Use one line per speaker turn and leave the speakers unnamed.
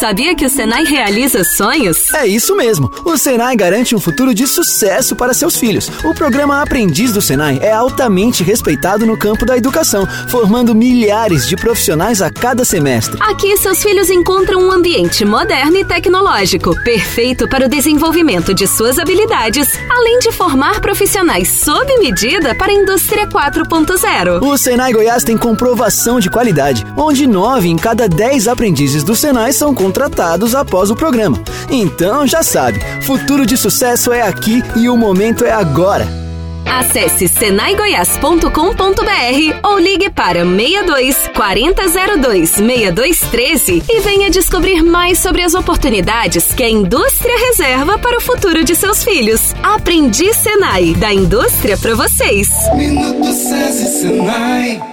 Sabia que o Senai realiza sonhos?
É isso mesmo. O Senai garante um futuro de sucesso para seus filhos. O programa Aprendiz do Senai é altamente respeitado no campo da educação, formando milhares de profissionais a cada semestre.
Aqui, seus filhos encontram um ambiente moderno e tecnológico, perfeito para o desenvolvimento de suas habilidades, além de formar profissionais sob medida para a indústria 4.0.
O Senai Goiás tem comprovação de qualidade, onde 9 em cada 10 aprendizes do Senai são contratados após o programa. Então, já sabe, futuro de sucesso é aqui e o momento é agora.
Acesse senaigoias.com.br ou ligue para 62 4002 6213 e venha descobrir mais sobre as oportunidades que a indústria reserva para o futuro de seus filhos. Aprendiz Senai, da indústria para vocês.
Minuto SESI Senai.